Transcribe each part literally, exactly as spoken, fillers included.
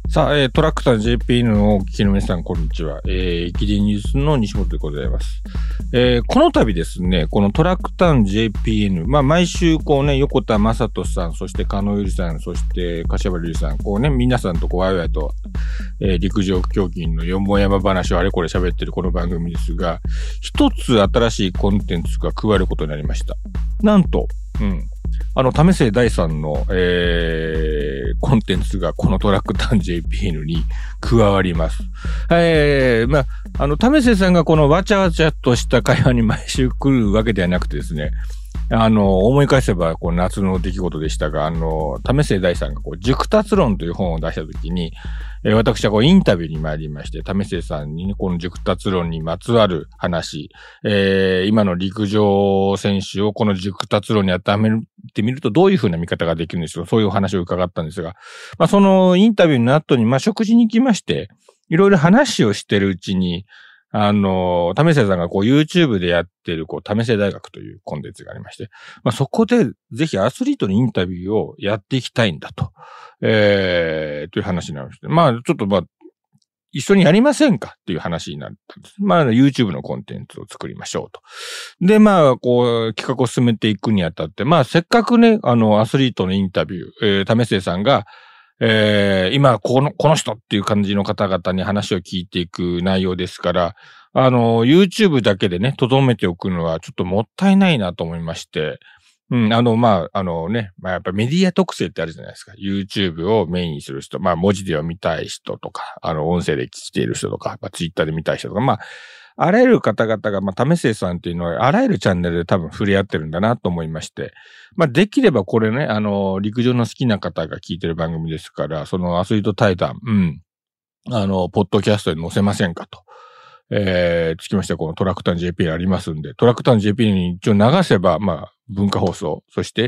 さあ、えー、トラクター ジェーピーエヌ のお聞きの皆さん、こんにちは。えー、駅伝ニュースの西本でございます。えー、この度ですね、このトラクター ジェーピーエヌ、まあ、毎週こうね、横田正人さん、そして加納ゆりさん、そして柏原ゆりさん、こうね、皆さんとこう、わいわいと、えー、陸上競技のよもやま話をあれこれ喋ってるこの番組ですが、一つ新しいコンテンツが加わることになりました。なんと、うん。あの、為末大さんの、えー、コンテンツがこのトラクター ジェーピーエヌ に加わります。えー、まあ、あの、為末さんがこのわちゃわちゃとした会話に毎週来るわけではなくてですね、あの、思い返せば、こう、夏の出来事でしたが、あの、為末大さんが、こう、熟達論という本を出したときに、えー、私はこう、インタビューに参りまして、為末さんに、ね、この熟達論にまつわる話、えー、今の陸上選手をこの熟達論に当てはめてみると、どういうふうな見方ができるんでしょう、そういうお話を伺ったんですが、まあ、そのインタビューの後に、まあ、食事に行きまして、いろいろ話をしてるうちに、あの、為末さんがこう YouTube でやってる、こう、為末大学というコンテンツがありまして、まあ、そこでぜひアスリートにインタビューをやっていきたいんだと、えー、という話になりまして、まあ、ちょっとまあ、一緒にやりませんかっていう話になったんです。まあ、YouTube のコンテンツを作りましょうと。で、まあ、こう、企画を進めていくにあたって、まあ、せっかくね、あの、アスリートのインタビュー、えー、為末さんが、えー、今、この、この人っていう感じの方々に話を聞いていく内容ですから、あの、YouTube だけでね、留めておくのはちょっともったいないなと思いまして、うん、あの、まあ、あのね、まあ、やっぱメディア特性ってあるじゃないですか。YouTube をメインにする人、まあ、文字では見たい人とか、あの、音声で聞いている人とか、まあ、Twitter で見たい人とか、まあ、あらゆる方々が、まあ、為末さんっていうのは、あらゆるチャンネルで多分触れ合ってるんだなと思いまして、まあ、できればこれね、あの、陸上の好きな方が聞いてる番組ですから、そのアスリート対談、うん、あの、ポッドキャストに載せませんかと。えー、つきましてはこのトラクター ジェーピーエヌ ありますんで、トラクター ジェーピーエヌ に一応流せば、まあ、文化放送、そして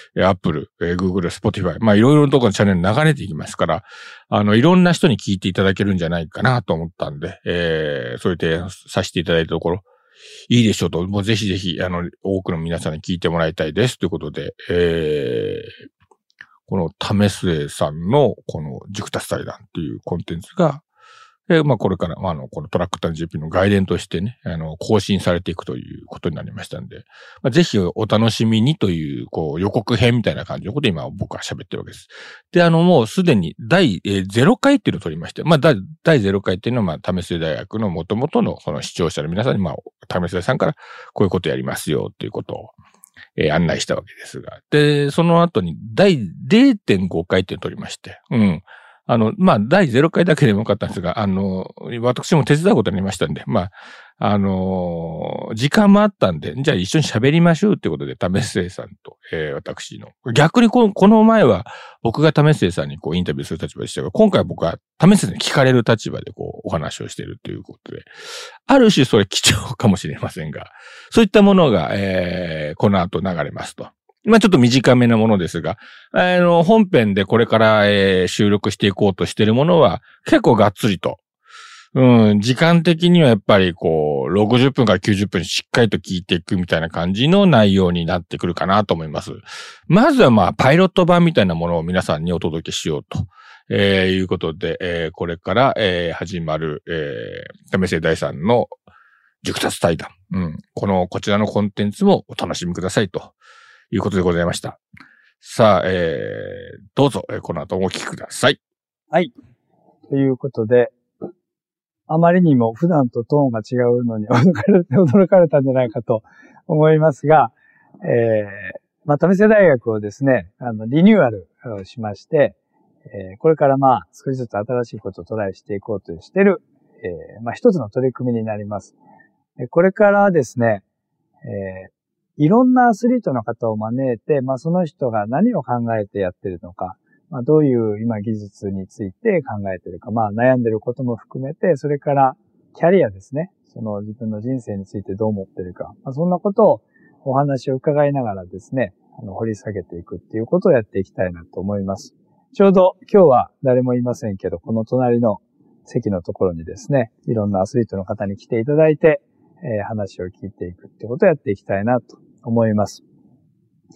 、Apple、Google、Spotify、まあ、いろいろなところのチャンネルに流れていきますから、あの、いろんな人に聞いていただけるんじゃないかなと思ったんで、えー、そういう提案させていただいたところ、いいでしょうと、もうぜひぜひ、あの、多くの皆さんに聞いてもらいたいです。ということで、えー、この為末さんのこの熟達対談っていうコンテンツが、えー、まあこれから、まあ、あの、このトラクター ジェーピー の外伝としてね、あの、更新されていくということになりましたんで、まあ、ぜひお楽しみにという、こう、予告編みたいな感じのことで今僕は喋ってるわけです。で、あの、もうすでに第、えー、ゼロ回っていうのを取りまして、まあ、第、第ゼロ回っていうのは、まあ、為末大学の元々の、その視聴者の皆さんに、まあ、為末さんからこういうことやりますよっていうことを、えー、案内したわけですが。で、その後に第 れいてんご 回っていうのを取りまして、うん。あの、まあ、だいゼロ回だけでもよかったんですが、あの、私も手伝うことになりましたんで、まあ、あのー、時間もあったんで、じゃあ一緒に喋りましょうってことで、為末さんと、えー、私の。逆にこの、この前は、僕が為末さんにこう、インタビューする立場でしたが、今回僕は為末さんに聞かれる立場でこう、お話をしているということで、ある種それ貴重かもしれませんが、そういったものが、えー、この後流れますと。まあちょっと短めなものですが、あの、本編でこれから、えー、収録していこうとしているものは、結構がっつりと、うん、時間的にはやっぱりこう、ろくじゅっぷんからきゅうじゅっぷんしっかりと聞いていくみたいな感じの内容になってくるかなと思います。まずはまあ、パイロット版みたいなものを皆さんにお届けしようと、えー、いうことで、えー、これから、えー、始まる、えー、為末大さんの熟達対談。うん。この、こちらのコンテンツもお楽しみくださいと。いうことでございました。さあ、えー、どうぞ、えー、この後お聞きください。 はい。ということで、あまりにも普段とトーンが違うのに驚かれて、驚かれたんじゃないかと思いますが、えー、まあ、為末大学をですね、あの、リニューアルをしまして、えー、これからまあ、少しずつ新しいことをトライしていこうとしている、えー、まあ、一つの取り組みになります。これからですね、えーいろんなアスリートの方を招いて、まあその人が何を考えてやってるのか、まあどういう今技術について考えてるか、まあ悩んでることも含めて、それからキャリアですね、その自分の人生についてどう思ってるか、まあそんなことをお話を伺いながらですね、あの掘り下げていくっていうことをやっていきたいなと思います。ちょうど今日は誰もいませんけど、この隣の席のところにですね、いろんなアスリートの方に来ていただいて、えー、話を聞いていくってことをやっていきたいなと思います。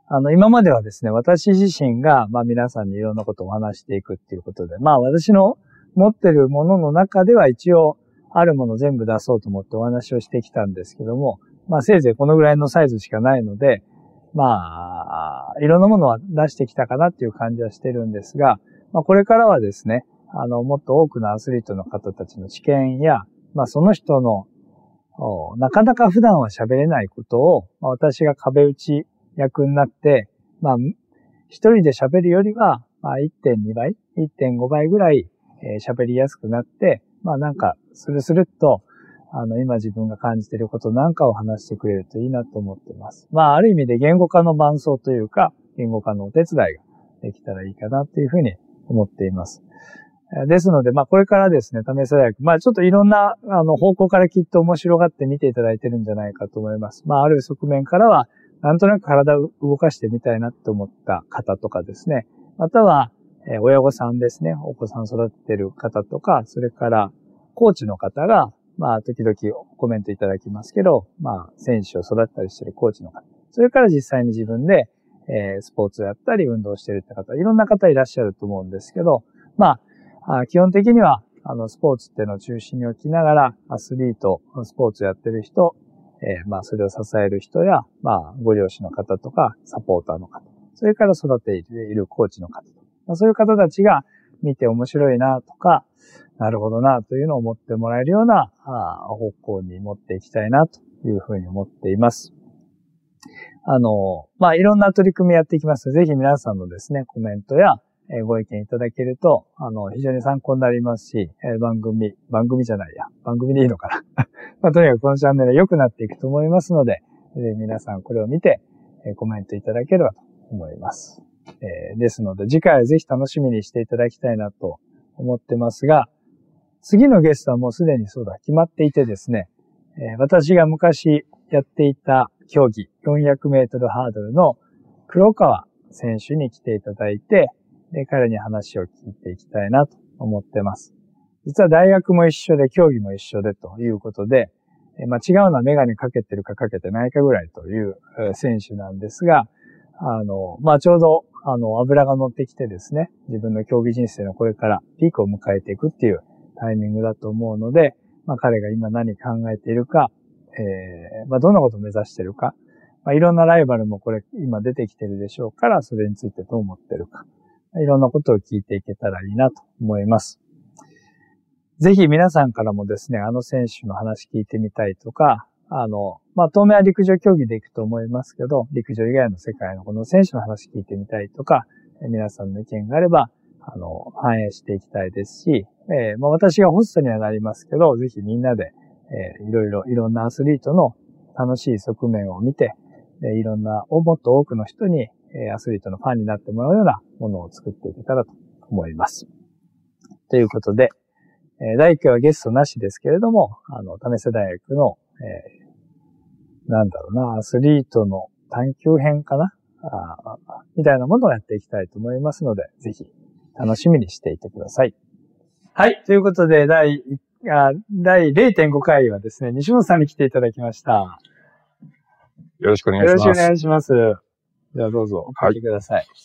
あの、今まではですね、私自身が、まあ皆さんにいろんなことをお話していくっていうことで、まあ私の持ってるものの中では一応、あるもの全部出そうと思ってお話をしてきたんですけども、まあせいぜいこのぐらいのサイズしかないので、まあ、いろんなものは出してきたかなっていう感じはしてるんですが、まあこれからはですね、あの、もっと多くのアスリートの方たちの知見や、まあその人の、なかなか普段は喋れないことを、まあ、私が壁打ち役になって、まあ、一人で喋るよりは、まあ いってんにばい、いってんごばいぐらい喋、えー、りやすくなって、まあなんか、スルスルっと、あの、今自分が感じていることなんかを話してくれるといいなと思っています。まあ、ある意味で言語化の伴奏というか、言語化のお手伝いができたらいいかなというふうに思っています。ですので、まあ、これからですね、為末大学、まあ、ちょっといろんな、あの、方向からきっと面白がって見ていただいてるんじゃないかと思います。まあ、ある側面からは、なんとなく体を動かしてみたいなと思った方とかですね、または、えー、親御さんですね、お子さん育ててる方とか、それから、コーチの方が、まあ、時々コメントいただきますけど、まあ、選手を育てたりしてるコーチの方、それから実際に自分で、えー、スポーツをやったり運動してるって方、いろんな方いらっしゃると思うんですけど、まあ、あ基本的には、あの、スポーツっていうのを中心に置きながら、アスリート、スポーツをやってる人、えー、まあ、それを支える人や、まあ、ご両親の方とか、サポーターの方、それから育てているコーチの方、まあ、そういう方たちが見て面白いなとか、なるほどなというのを思ってもらえるようなあ方向に持っていきたいなというふうに思っています。あの、まあ、いろんな取り組みやっていきますので、ぜひ皆さんのですね、コメントや、えー、ご意見いただけると、あの、非常に参考になりますし、えー、番組、番組じゃないや、番組でいいのかな。まあ、とにかくこのチャンネルは良くなっていくと思いますので、えー、皆さんこれを見て、えー、コメントいただければと思います。えー、ですので、次回はぜひ楽しみにしていただきたいなと思ってますが、次のゲストはもうすでにそうだ、決まっていてですね、えー、私が昔やっていた競技、よんひゃくメートルハードルの黒川選手に来ていただいて、で彼に話を聞いていきたいなと思ってます。実は大学も一緒で、競技も一緒でということで、えー、まあ、違うのはメガネかけてるかかけてないかぐらいという選手なんですが、あの、まあ、ちょうど、あの、油が乗ってきてですね、自分の競技人生のこれからピークを迎えていくっていうタイミングだと思うので、まあ、彼が今何考えているか、えー、まあ、どんなことを目指しているか、まあ、いろんなライバルもこれ今出てきてるでしょうから、それについてどう思ってるか、いろんなことを聞いていけたらいいなと思います。ぜひ皆さんからもですね、あの選手の話聞いてみたいとか、あの、まあ、当面は陸上競技でいくと思いますけど、陸上以外の世界のこの選手の話聞いてみたいとか、皆さんの意見があれば、あの、反映していきたいですし、えー、まあ、私がホストにはなりますけど、ぜひみんなで、えー、いろいろ、いろんなアスリートの楽しい側面を見て、いろんな、もっと多くの人に、アスリートのファンになってもらうようなものを作っていけたらと思います。ということで、だいいっかいはゲストなしですけれども、あの、為末大学の、えー、なんだろうな、アスリートの探求編かなあみたいなものをやっていきたいと思いますので、ぜひ楽しみにしていてください。はい。ということで、第、あ第 れいてんご 回はですね、西本さんに来ていただきました。 よろしくお願いします。 よろしくお願いします。ではどうぞ、お聞きください。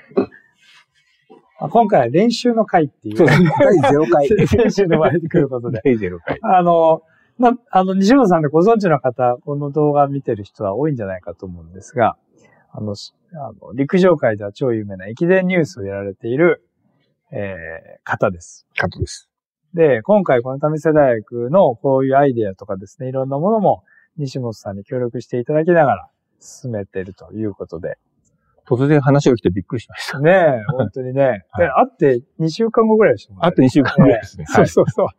はい、今回は練習の回っていう。 だいゼロかい。 練習の前に来ることで。 だいゼロかい。 あの、ま、あの、西本さんでご存知の方、この動画見てる人は多いんじゃないかと思うんですが、あの、あの陸上界では超有名な駅伝ニュースをやられている、えー、方です。 方です。 で、今回この為末大学のこういうアイデアとかですね、いろんなものも西本さんに協力していただきながら進めているということで。 突然話が来てびっくりしました。 ねえ、本当にね。はい、で、会ってにしゅうかんごぐらいでしたもんね。 会ってにしゅうかんぐらいですね。 ねはい、そうそうそう。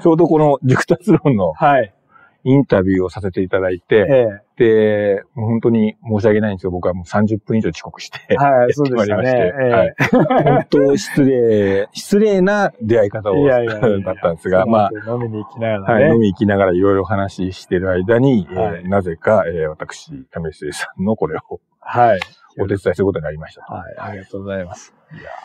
ちょうどこの熟達論のインタビューをさせていただいて、はい、で、もう本当に申し訳ないんですけど、僕はもうさんじゅっぷん以上遅刻して、 はい、そうですね。 はい、本当失礼、失礼な出会い方をいやいやいやだったんですが、まあ、 飲みに行きながらね。 はい、飲みに行きながらいろいろ話している間に、はい、えー、なぜか、えー、私、為末さんのこれを、はい。お手伝いすることになりました。 はい、ありがとうございます。いや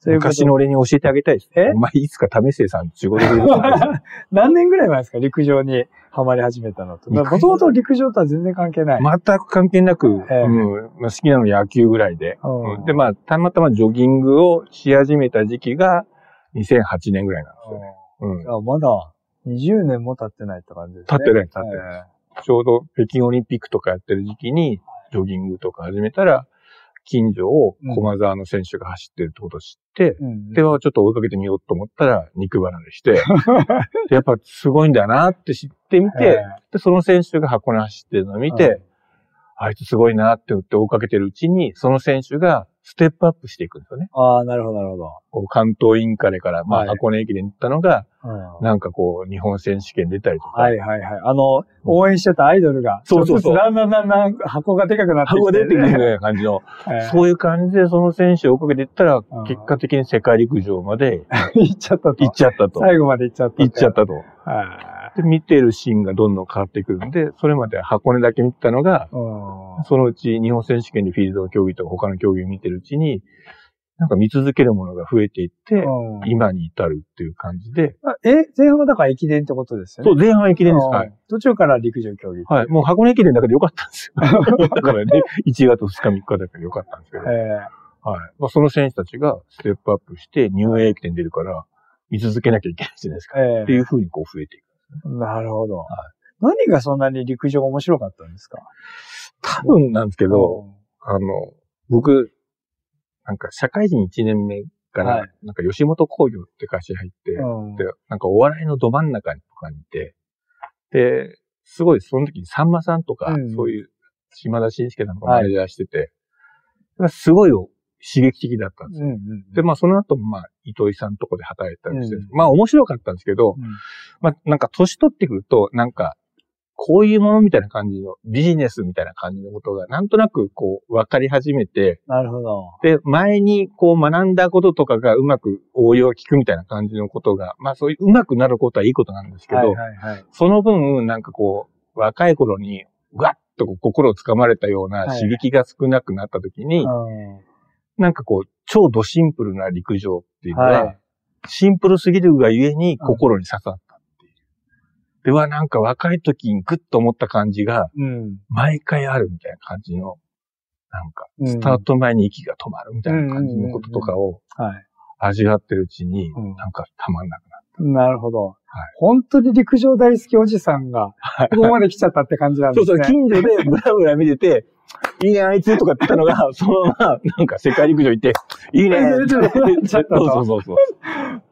ということ昔の俺に教えてあげたいです。 えお前いつか為末さん仕事でるそうです。 何年ぐらい前ですか陸上にハマり始めたのと。もともと陸上とは全然関係ない。 全く関係なく、 ええうんまあ、好きなの野球ぐらいで、 うんうんで、まあ、たまたまジョギングをし始めた時期がにせんはちねんぐらいなんですよね。うんあまだにじゅうねんも経ってないって感じですね。 経ってない、経ってない。ちょうど北京オリンピックとかやってる時期に、ジョギングとか始めたら、近所を駒沢の選手が走ってるってことを知って、うん、で、ちょっと追いかけてみようと思ったら、肉離れして、でやっぱすごいんだなって知ってみて、で、その選手が箱根走ってるのを見て、うん、あいつすごいなって言って追いかけてるうちに、その選手がステップアップしていくんですよね。 ああ、なるほど、なるほど。 こう関東インカレから、まあ、箱根駅伝に行ったのが、はい、なんかこう、日本選手権出たりとか。 はいはいはい。あの、応援してたアイドルが、 そうそうそう。 だんだんだんだん箱がでかくなってきて、ね。 箱出てくるような感じの、そういう感じでその選手を追いかけていったら、結果的に世界陸上まで行っちゃったと。 行っちゃったと。 最後まで行っちゃった。 行っちゃったと。で、見てるシーンがどんどん変わってくるんで、それまで箱根だけ見てたのが、そのうち日本選手権でフィールドの競技とか他の競技を見てるうちに、なんか見続けるものが増えていって、今に至るっていう感じで。 え、前半はだから駅伝ってことですよね。 そう、前半は駅伝です。はい。 途中から陸上競技。 はい。もう箱根駅伝だけでよかったんですよ。だからね、いちがつふつかみっかだけでよかったんですけど。はい。まあ、その選手たちがステップアップして、ニューエー駅伝出るから、見続けなきゃいけないじゃないですか。えー、っていう風にこう増えていく、 ね。なるほど。はい。何がそんなに陸上が面白かったんですか？ 多分なんですけど、あの、僕、なんか社会人いちねんめから、なんか吉本興業って会社に入って、はい、で、なんかお笑いのど真ん中とかにいて、で、すごいその時にさんまさんとか、うん、そういう島田紳介さんとかマネージャーしてて、はい、すごい刺激的だったんですよ。うんうん、で、まあその後もまあ糸井さんとこで働いてたりして、うん、まあ面白かったんですけど、うん、まあなんか年取ってくると、なんか、こういうものみたいな感じの、ビジネスみたいな感じのことが、なんとなくこう、分かり始めて。 なるほど。 で、前にこう学んだこととかがうまく応用が効くみたいな感じのことが、まあそういううまくなることはいいことなんですけど、はいはいはい、その分、なんかこう、若い頃に、わっとこう心をつかまれたような刺激が少なくなった時に、はい、なんかこう、超ドシンプルな陸上っていうのは、はい、シンプルすぎるがゆえに心に刺さった。ではなんか若い時にグッと思った感じが、毎回あるみたいな感じの、なんか、スタート前に息が止まるみたいな感じのこととかを、味わってるうちに、なんかたまんなくなった。 なるほど。はい、本当に陸上大好きおじさんが、ここまで来ちゃったって感じなんですね。 そうそう、近所でブラブラ見てて、いいね、あいつとかって言ったのが、そのまま、なんか世界陸上行って、いいねって言っちゃったと。そうそうそう。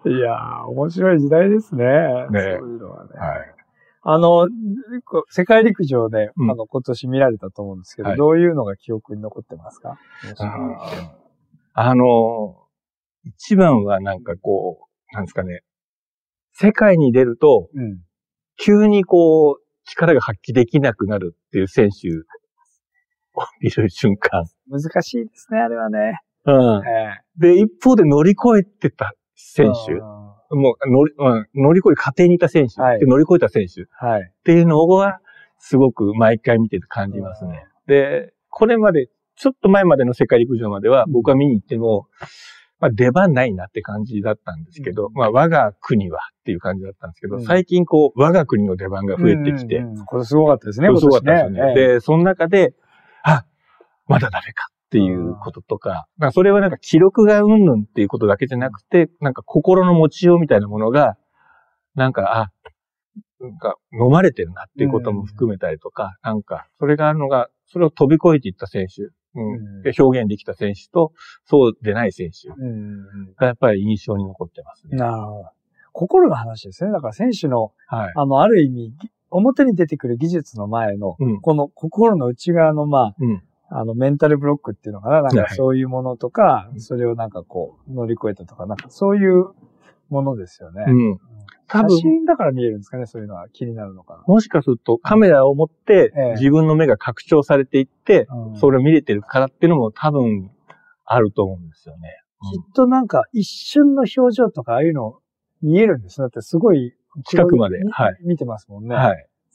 いやー、面白い時代ですね。ね。そういうのはね。はい。あの、世界陸上で、うん、あの、今年見られたと思うんですけど、はい、どういうのが記憶に残ってますか？ あ, あの、一番はなんかこう、なんですかね、世界に出ると、うん、急にこう、力が発揮できなくなるっていう選手を見る瞬間。 難しいですね、あれはね。 うん。えー、で、一方で乗り越えてた選手。もう乗り、うん、乗り越え、家庭にいた選手、はい、で乗り越えた選手、はい、っていうのは、すごく毎回見てて感じますね。で、これまで、ちょっと前までの世界陸上までは、僕は見に行っても、まあ出番ないなって感じだったんですけど、うん、まあ我が国はっていう感じだったんですけど、うん、最近こう、我が国の出番が増えてきて。うんうんうん、これすごかったですね、 すごかったですよね。ええ、で、その中で、あ、まだダメか。っていうこととか、まあそれはなんか記録がうんぬんっていうことだけじゃなくて、なんか心の持ちようみたいなものが、なんか、あ、なんか飲まれてるなっていうことも含めたりとか、なんか、それがあるのが、それを飛び越えていった選手、うん、で表現できた選手と、そうでない選手がやっぱり印象に残ってますね。 なるほど。心の話ですね。だから選手の、はい、あの、ある意味、表に出てくる技術の前の、うん、この心の内側の、まあ、うんあの、メンタルブロックっていうのかななんかそういうものとか、はい、それをなんかこう、乗り越えたとか、なんかそういうものですよね。うん。多分写真だから見えるんですかね、そういうのは気になるのかな。 もしかするとカメラを持って、自分の目が拡張されていって、ええ、それを見れてるからっていうのも多分あると思うんですよね。 うん、きっとなんか一瞬の表情とかああいうの見えるんですよ。だってすごい近くまで、 はい、見てますもんね。 はい。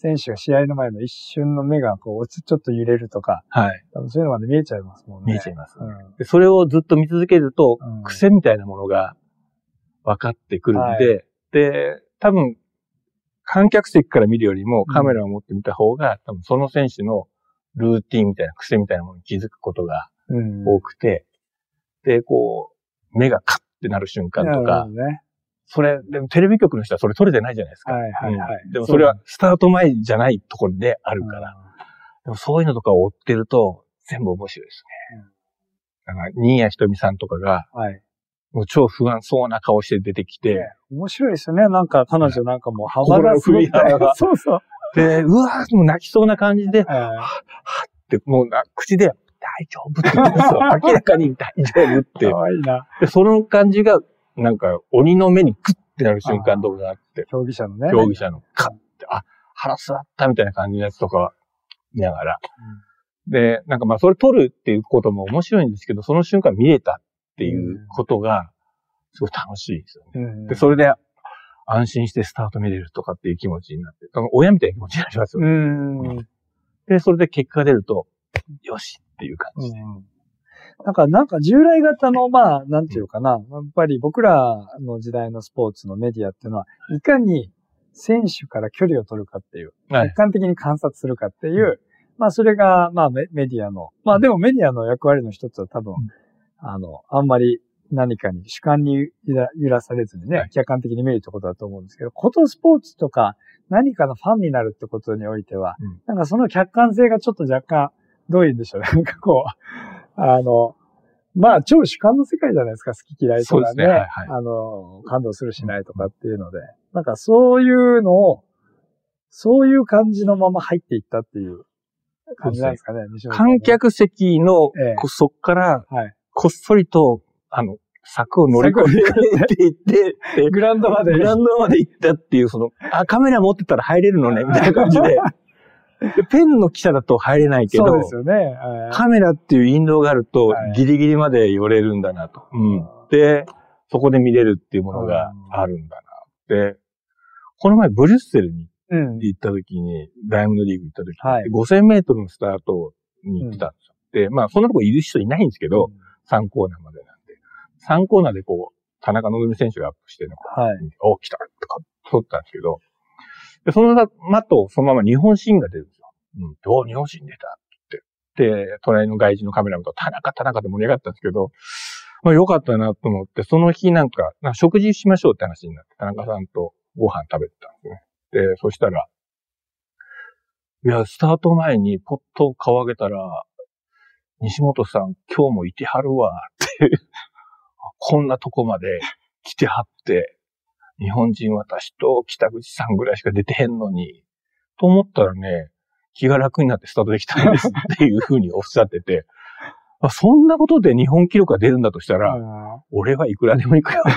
選手が試合の前の一瞬の目がこう、ちょっと揺れるとか、 はい。 多分そういうのまで見えちゃいますもんね。 見えちゃいます、ねうんで。それをずっと見続けると、 うん、 癖みたいなものが分かってくるんで、はい、で、多分、観客席から見るよりもカメラを持って見た方が、うん、多分その選手のルーティンみたいな癖みたいなものに気づくことが多くて、うん、で、こう、目がカッてなる瞬間とか、ね、それ、でもテレビ局の人はそれ撮れてないじゃないですか。 はいはいはい。うん、 でもそれはスタート前じゃないところであるから。でもそういうのとかを追ってると全部面白いですね。うん、だから、新谷仁美さんとかが、はい、もう超不安そうな顔して出てきて。 ね、面白いですよね。なんか彼女なんかもう幅がすごい。そうそう。 で、うわーもう泣きそうな感じで、はぁ、はぁって、もうな口で大丈夫って言ってますよ。明らかに大丈夫って。 かわいいな。 で、その感じが、なんか鬼の目にグッてなる瞬間とかがあって。 競技者のね。 競技者のカッて、あ、腹座ったみたいな感じのやつとか見ながら。うん、で、なんかまあそれ撮るっていうことも面白いんですけど、その瞬間見れたっていうことが、すごい楽しいですよね。うん、で、それで安心してスタート見れるとかっていう気持ちになって、親みたいな気持ちになりますよね。うんで、それで結果が出ると、よしっていう感じで。うんなんか、なんか従来型の、まあ、なんていうかな、やっぱり僕らの時代のスポーツのメディアっていうのは、いかに選手から距離を取るかっていう、はい、客観的に観察するかっていう、うん、まあ、それが、まあメ、メディアの、まあ、でもメディアの役割の一つは多分、うん、あの、あんまり何かに主観に揺らされずにね、はい、客観的に見るってことだと思うんですけど、ことスポーツとか何かのファンになるってことにおいては、うん、なんかその客観性がちょっと若干、どういうんでしょうね。なんかこう、あの、まあ、超主観の世界じゃないですか、好き嫌いとかね。そうですね。はいはい、あの、感動するしないとかっていうので。なんかそういうのを、そういう感じのまま入っていったっていう感じなんですかね、西本さんね。 観客席の、ええ、そっから、こっそりと、あの、柵を乗り越えていって、 グラウンドまで。 グラウンドまで行ったっていう、その、あ、カメラ持ってたら入れるのね、みたいな感じで。でペンの記者だと入れないけど、 そうですよね。 カメラっていう引導があるとギリギリまで寄れるんだなと。うん、で、そこで見れるっていうものがあるんだな。で、この前ブリュッセルに行った時に、うん、ダイヤモンドリーグ行った時に、はい、ごせんメートルのスタートに行ってたんですよ。うん、で、まあそんなとこいる人いないんですけど、うん、さんコーナーまでなんで。さんコーナーでこう、田中希実選手がアップしてるのが、はい、お、来たとか撮ったんですけど、で、その後、そのまま日本シーンが出るんですよ。うん。お、日本シーン出たって言って。で、隣の外人のカメラマンと田中、田中で盛り上がったんですけど、まあ良かったなと思って、その日なんか、なんか食事しましょうって話になって、田中さんとご飯食べてたんですね。で、そしたら、いや、スタート前にポッと顔上げたら、西本さん今日もいてはるわって、こんなとこまで来てはって、日本人私と北口さんぐらいしか出てへんのに、と思ったらね、気が楽になってスタートできたんですっていう風におっしゃってて、あそんなことで日本記録が出るんだとしたら、俺はいくらでも行くよ。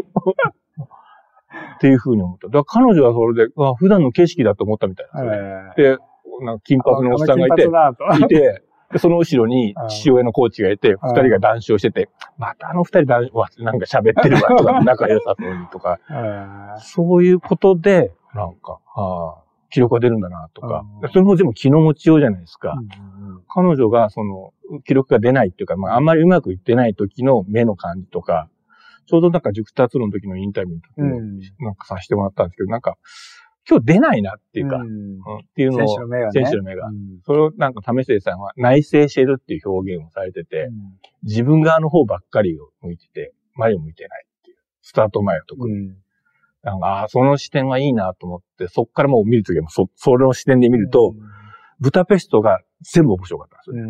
っていう風に思った。だから彼女はそれで、あ普段の景色だと思ったみたいなんですよね。で、なんか金髪のおっさんがいて、いて、でその後ろに父親のコーチがいて、二人が談笑してて、またあの二人談笑、なんか喋ってるわとか、仲良さそうにとか、そういうことで、なんか、あ記録が出るんだなとか、それも全部気の持ちようじゃないですか。うんうん、彼女がその、記録が出ないっていうか、まああんまりうまくいってない時の目の感じとか、ちょうどなんか熟達論の時のインタビューの時もなんかさせてもらったんですけど、なんか、今日出ないなっていうか、うん、っていうのを、選手の目が、ね、選手の目が、うん。それをなんか為末さんは内省してるっていう表現をされてて、うん、自分側の方ばっかりを向いてて、前を向いてないっていう。スタート前は特に。うん、なんかああ、その視点はいいなと思って、そっからもう見るときもそ、その視点で見ると、うん、ブダペストが全部面白かったんですよ。うん、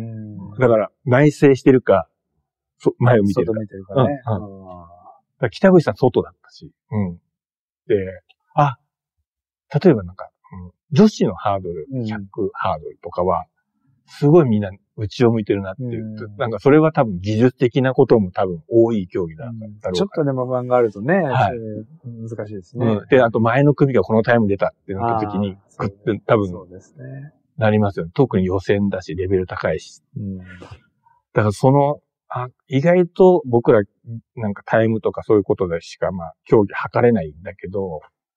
だから内省してるか、そ前を見てるか。 外見てるかね。うんうん、 だから北口さん外だったし、うん。で、あ、例えばなんか、うん、女子のハードル、ひゃくハードルとかは、すごいみんな内を向いてるなっていう、うん、なんかそれは多分技術的なことも多分多い競技だろうか、うん、 ちょっとでも不安があるとね、はい、難しいですね、 うん。で、あと前の組がこのタイム出たってなった時に、グッて多分、 そうですね。 なりますよね。特に予選だし、レベル高いし。うん、だからその、あ、意外と僕らなんかタイムとかそういうことでしか、まあ、競技測れないんだけど、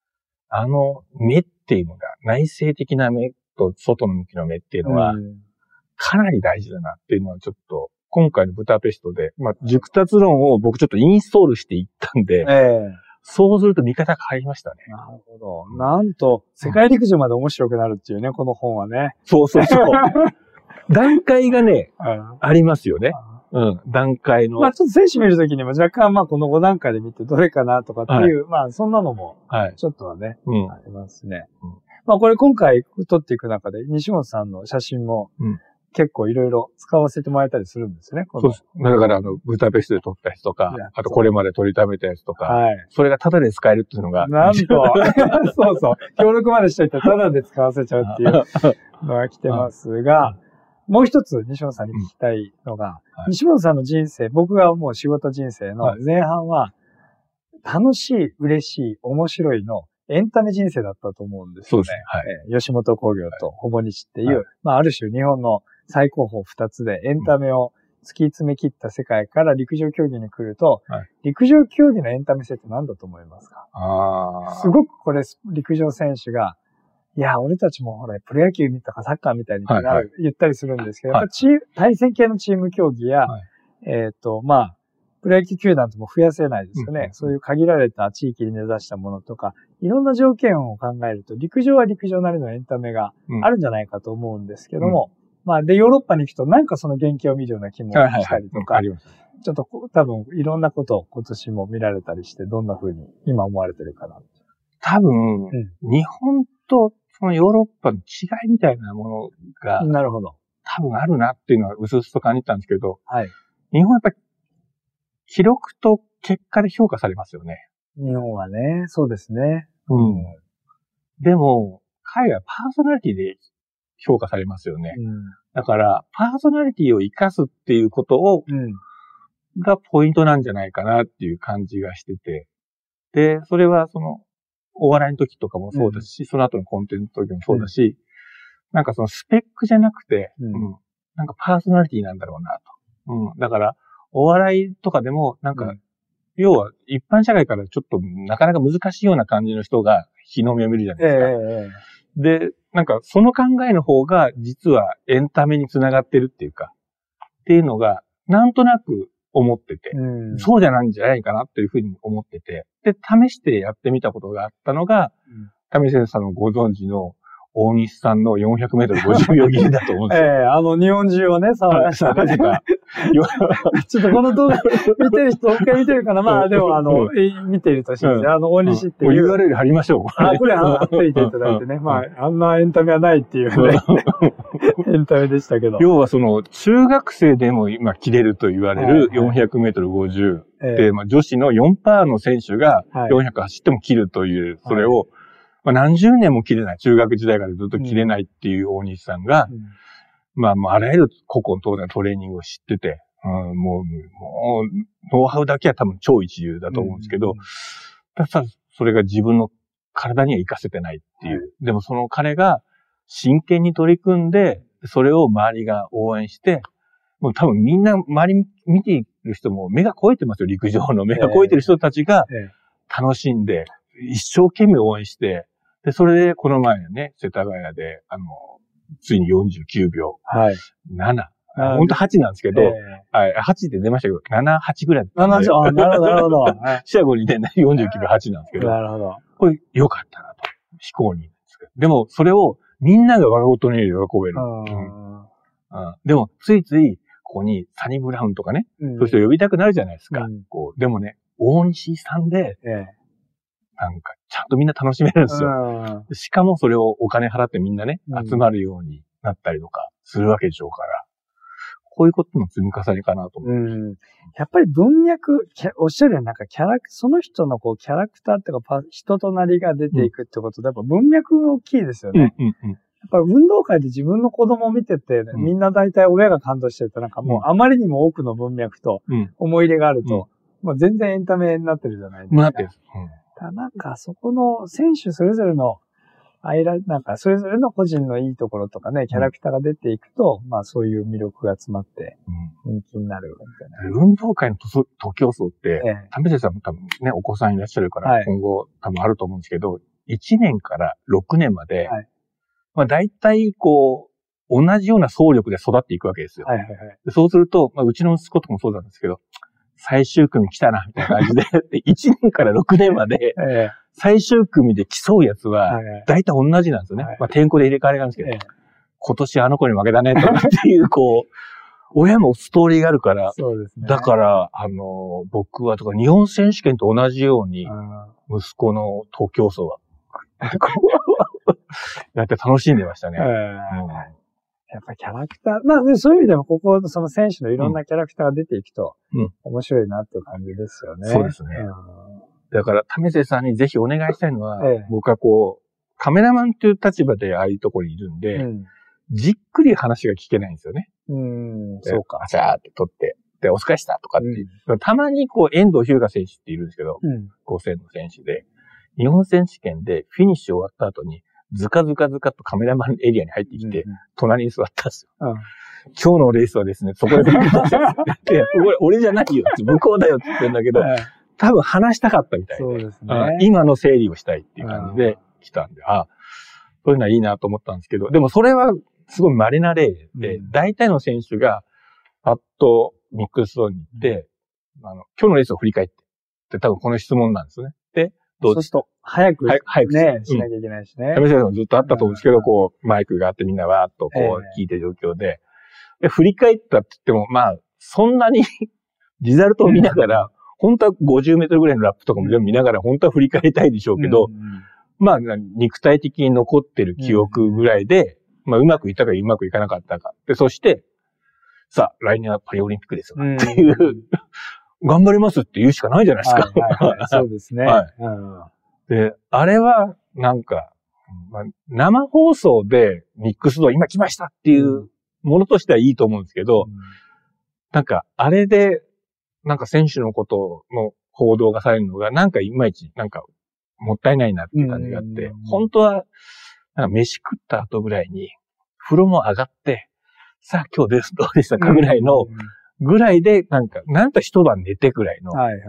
あの目っていうのが、内省的な目と外の向きの目っていうのは、かなり大事だなっていうのはちょっと、今回のブダペストで、まあ、熟達論を僕ちょっとインストールしていったんで、ええ、そうすると見方変わりましたね。 なるほど。なんと、世界陸上まで面白くなるっていうね、この本はね。 そうそうそう。段階がね、ありますよね。うん、段階の。 まあちょっと選手見るときにも若干まあこのご段階で見てどれかなとかっていう、はい、まあそんなのも、ちょっとはね、はい、ありますね。うん、まあこれ今回撮っていく中で西本さんの写真も結構いろいろ使わせてもらえたりするんですよね。 そうです。だからあの、ブダペストで撮ったやつとか、あとこれまで撮りためたやつとか、はい、それがタダで使えるっていうのが。 なんと、そうそう、協力までしといてタダで使わせちゃうっていうのが来てますが、もう一つ西本さんに聞きたいのが、うんはい、西本さんの人生、僕がもう仕事人生の前半は、楽しい、嬉しい、面白いのエンタメ人生だったと思うんですよね。そうですね。はい、吉本興業とほぼ日っていう、はい、まあある種日本の最高峰二つでエンタメを突き詰め切った世界から陸上競技に来ると、はい、陸上競技のエンタメ性って何だと思いますか？あすごくこれ陸上選手が、いや、俺たちもほら、プロ野球見たかサッカーみたいになる、はいはい、言ったりするんですけど、はい、やっぱチーム、対戦系のチーム競技や、はい、えっと、まあ、プロ野球球団とも増やせないですよね、うん。そういう限られた地域に根ざしたものとか、いろんな条件を考えると、陸上は陸上なりのエンタメがあるんじゃないかと思うんですけども、うん、まあ、で、ヨーロッパに行くとなんかその原型を見るような気もしたりとか、はいはいはい、ちょっと多分いろんなことを今年も見られたりして、どんな風に今思われてるかな。 多分、うん、日本とそのヨーロッパの違いみたいなものが、 なるほど。 多分あるなっていうのはうすうすと感じたんですけど、はい。日本はやっぱり記録と結果で評価されますよね。 日本はね、そうですね。 うん。でも、海外はパーソナリティで評価されますよね。うん、だから、パーソナリティを生かすっていうことを、うん、がポイントなんじゃないかなっていう感じがしてて。で、それはその、お笑いの時とかもそうだし、うん、その後のコンテンツの時もそうだし、うん、なんかそのスペックじゃなくて、うんうん、なんかパーソナリティなんだろうなと。うん、だから、お笑いとかでも、なんか、うん、要は一般社会からちょっとなかなか難しいような感じの人が日の目を見るじゃないですか。えー、で、なんかその考えの方が実はエンタメにつながってるっていうか、っていうのがなんとなく思ってて、うん、そうじゃないんじゃないかなっていうふうに思ってて、で、試してやってみたことがあったのが、うん、上先生のご存知の大西さんのよんひゃくメートルごじゅうびょう切りだと思うんですよ。 ええー、あの日本中をね、騒がしたね。ちょっとこの動画見てる人、もう一回見てるかな。まあでもあの、うん、見ていると信じて、うん、あの大西っていう。 ユーアールエル 貼りましょう。 あ、これ貼っていていただいてね。まあ、あんなエンタメはないっていうね。エンタメでしたけど。 要はその、中学生でも今切れると言われるよんひゃくメートルごじゅう。はいはい、で、まあ女子の よんパーセント の選手がよんひゃく走っても切るという、それを、はいまあ、何十年も切れない。中学時代からずっと切れないっていう大西さんが、うん、まあ、もうあらゆる個々の当然トレーニングを知ってて、うん、もう、もう、ノウハウだけは多分超一流だと思うんですけど、うん、ただそれが自分の体には活かせてないっていう。はい、でもその彼が真剣に取り組んで、それを周りが応援して、もう多分みんな周り見ている人も目が肥えてますよ、陸上の目が肥えてる人たちが楽しんで、一生懸命応援して、で、それで、この前ね、世田谷で、あの、ついによんじゅうきゅうびょう。はい。なな。ほんとはちなんですけど、えー、はい。はちって出ましたけど、なな、はちぐらい。 なな、あ、なるほど、なるほど。 シャゴにね、よんじゅうきゅうびょうはちなんですけど。 なるほど。 これ、良かったなと。非公認ですけど。でも、それを、みんなが我が事のように喜べる。うんうん、でも、ついつい、ここに、サニブラウンとかね、うん、そういう人呼びたくなるじゃないですか。うん、こうでもね、大西さんで、えーなんか、ちゃんとみんな楽しめるんですよ。しかもそれをお金払ってみんなね、うん、集まるようになったりとかするわけでしょうから、こういうことの積み重ねかなと思う。うん。 やっぱり文脈、おっしゃるようになんかキャラ、その人のこうキャラクターっていうか人となりが出ていくってことで、やっぱ文脈が大きいですよね。うんうんうん、やっぱり運動会で自分の子供を見てて、うん、みんな大体親が感動してるとなんかもうあまりにも多くの文脈と思い入れがあると、うん、もう全然エンタメになってるじゃないですか。 なってる。うんなんか、そこの選手それぞれの、あいら、なんか、それぞれの個人のいいところとかね、キャラクターが出ていくと、うん、まあ、そういう魅力が詰まって、人気になるみたいな。 運動会の徒競走って、為末さんも多分ね、お子さんいらっしゃるから、はい、今後多分あると思うんですけど、 いちねんからろくねんまで、 はい、 まあ大体こう、同じような走力で育っていくわけですよ。 はいはいはい、 でそうすると、まあうちの息子とかもそうなんですけど、最終組来たな、みたいな感じで、でいちねんからろくねんまで、 えー、 最終組で競うやつは、大体同じなんですよね。はいはい、まあ天候で入れ替わりなんですけど、えー、今年あの子に負けたね、とかっていう、こう、親もストーリーがあるから、そうですね。だから、あの、僕はとか日本選手権と同じように、息子の東競争は、やって楽しんでましたね。えーうん、 やっぱキャラクター、まあそういう意味でもここ、その選手のいろんなキャラクターが出ていくと、うん、面白いなっていう感じですよね。 そうですね。うん、だから、為末さんにぜひお願いしたいのは、えー、僕はこう、カメラマンという立場でああいうところにいるんで、うん、じっくり話が聞けないんですよね。 うん、そうか。 あちゃーって撮って、で、お疲れしたとかっていう、うん。たまにこう、遠藤日向選手っているんですけど、うん、ごせんの選手で、日本選手権でフィニッシュ終わった後に、ズカズカズカとカメラマンエリアに入ってきて、うん、隣に座ったんですよ。うん、今日のレースはですね、そこでフィニッシュしたで、俺、俺じゃないよって、向こうだよって言ってるんだけど、多分話したかったみたいで、そうですね、今の整理をしたいっていう感じで来たんで、あ、そういうのはいいなと思ったんですけど、でもそれは、すごい稀な例で、うん、大体の選手が、パッとミックスゾーンに行って、うん、あの、今日のレースを振り返って、で、多分この質問なんですよね。で、どうそうすると、早く、 早くね、しなきゃいけないしね。 為末さんもずっとあったと思うんですけど、うん、こう、マイクがあってみんなわーっとこう、聞いてる状況で、で、振り返ったって言っても、まあ、そんなに、リザルトを見ながら、うん、本当はごじゅうメートルぐらいのラップとかも全部見ながら、本当は振り返りたいでしょうけど、うん、まあ、肉体的に残ってる記憶ぐらいで、うん、まあ、うまくいったかうまくいかなかったか。で、そして、さあ、来年はパリオリンピックですよ。っていう、頑張りますって言うしかないじゃないですか。 はいはいはい、そうですね。はいうん、 で、あれは、なんか、まあ、生放送でミックスドア今来ましたっていうものとしてはいいと思うんですけど、うん、なんか、あれで、なんか選手のことの報道がされるのが、なんかいまいち、なんか、もったいないなっていう感じがあって、本当は、なんか飯食った後ぐらいに、風呂も上がって、さあ今日ですどうでしたかぐらいの、ぐらいで、なんか、なんと一晩寝てぐらいの。はいはいはい。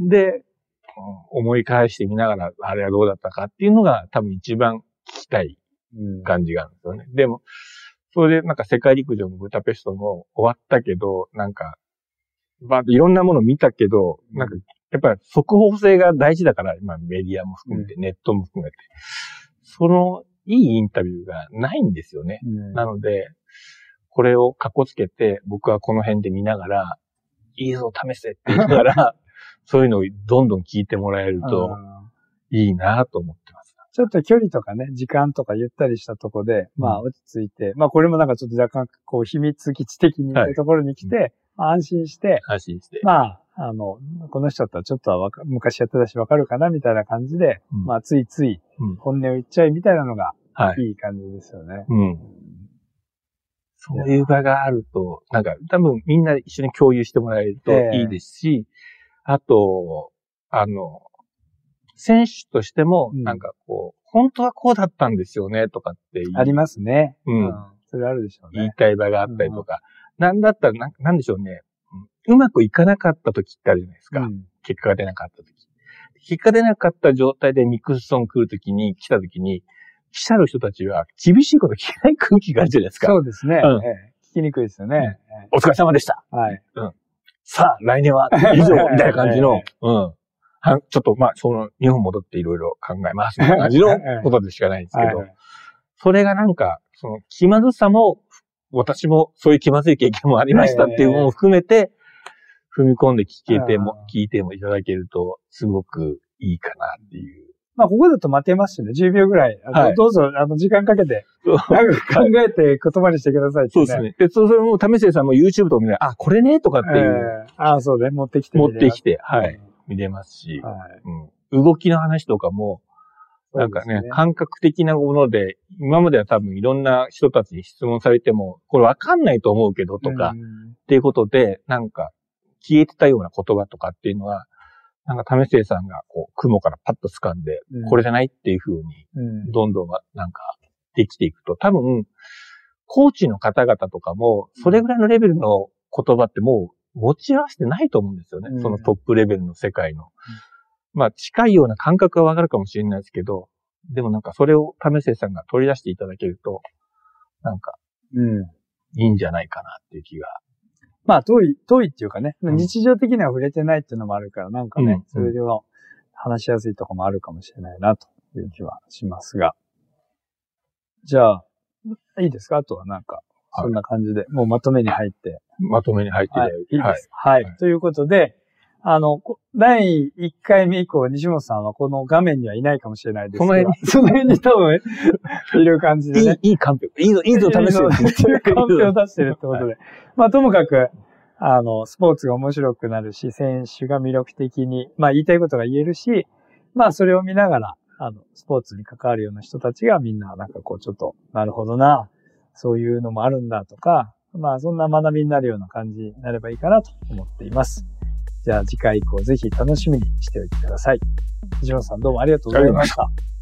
で、うん、思い返してみながら、あれはどうだったかっていうのが多分一番聞きたい感じがあるんですよね。うん、でも、それでなんか世界陸上もブダペストも終わったけど、なんか、まあいろんなもの見たけど、なんか、やっぱり速報性が大事だから、今メディアも含めて、うん、ネットも含めて、そのいいインタビューがないんですよね。うん、なので、これをかっこつけて、僕はこの辺で見ながら、いいぞ、試せって言いながら、そういうのをどんどん聞いてもらえるといいなと思ってます。 ちょっと距離とかね、時間とかゆったりしたとこで、まあ落ち着いて、うん、まあこれもなんかちょっと若干こう秘密基地的にいるところに来て、はいまあ、安心して、 安心して。 まあ、あの、この人だったらちょっとはわか昔やってたしわかるかなみたいな感じで、うん、まあついつい本音を言っちゃいみたいなのがいい感じですよね。はい、うん。 そういう場があると、なんか多分みんな一緒に共有してもらえるといいですし、えー、あと、あの、選手としても、なんかこう、うん、本当はこうだったんですよね、とかっていう。 ありますね。うん。うん、それあるでしょうね。 言いたい場があったりとか。うん、なんだったらな、なんでしょうね、うん。うまくいかなかった時ってあるじゃないですか。うん、結果が出なかった時。結果出なかった状態でミックスソン来る時に、来た時に、来たる人たちは厳しいこと聞けない空気があるじゃないですか。 そうですね。うん、ええ、聞きにくいですよね。 うん、お疲れ様でした。はい。うん。さあ、来年は以上みたいな感じの、うん。はちょっと、まあ、その、日本戻っていろいろ考えますみたいな感じのことでしかないんですけど、はい、それがなんか、その、気まずさも、私もそういう気まずい経験もありましたっていうのも含めて、踏み込んで聞けても、聞いてもいただけると、すごくいいかなっていう。 まあ、ここだと待てますしね、じゅうびょうぐらい。はい、どうぞ、あの、時間かけて、なんか考えて言葉にしてくださいって、ね。 そうですね。で、それも、為末さんも YouTube とか見ながら、あ、これね、とかっていう。 えー、ああ、そうね、持ってきて持ってきて、はい。見れますし、はいうん、動きの話とかも、なんかね、ね感覚的なもので、今までは多分いろんな人たちに質問されても、これわかんないと思うけどとか、っていうことで、なんか、消えてたような言葉とかっていうのは、なんか、為末さんが、こう、雲からパッと掴んで、うん、これじゃないっていう風に、どんどん、なんか、できていくと、多分、コーチの方々とかも、それぐらいのレベルの言葉ってもう、持ち合わせてないと思うんですよね。うん、そのトップレベルの世界の。うん、まあ、近いような感覚はわかるかもしれないですけど、 でもなんかそれを為末さんが取り出していただけると、なんか、 うん。 いいんじゃないかなっていう気が。 まあ、遠い、遠いっていうかね、うん、日常的には触れてないっていうのもあるから、なんかね、うん、それでは話しやすいところもあるかもしれないなという気はしますが。じゃあ、いいですか？あとはなんか、そんな感じで、はい、もうまとめに入って。 まとめに入っていただいて。はい、いいです。はい。はい。ということで、あの、だいいっかいめ以降、西本さんはこの画面にはいないかもしれないですけど。 その辺に、 その辺に多分、いる感じでね。 いい、いいカンペ。いいぞ、いいぞ試してる。 カンペを出してるってことで。はい、まあ、ともかく、あの、スポーツが面白くなるし、選手が魅力的に、まあ、言いたいことが言えるし、まあ、それを見ながら、あの、スポーツに関わるような人たちがみんな、なんかこう、ちょっと、なるほどな、そういうのもあるんだとか、まあ、そんな学びになるような感じになればいいかなと思っています。じゃあ次回以降ぜひ楽しみにしておいてください。藤本さんどうもありがとうございました。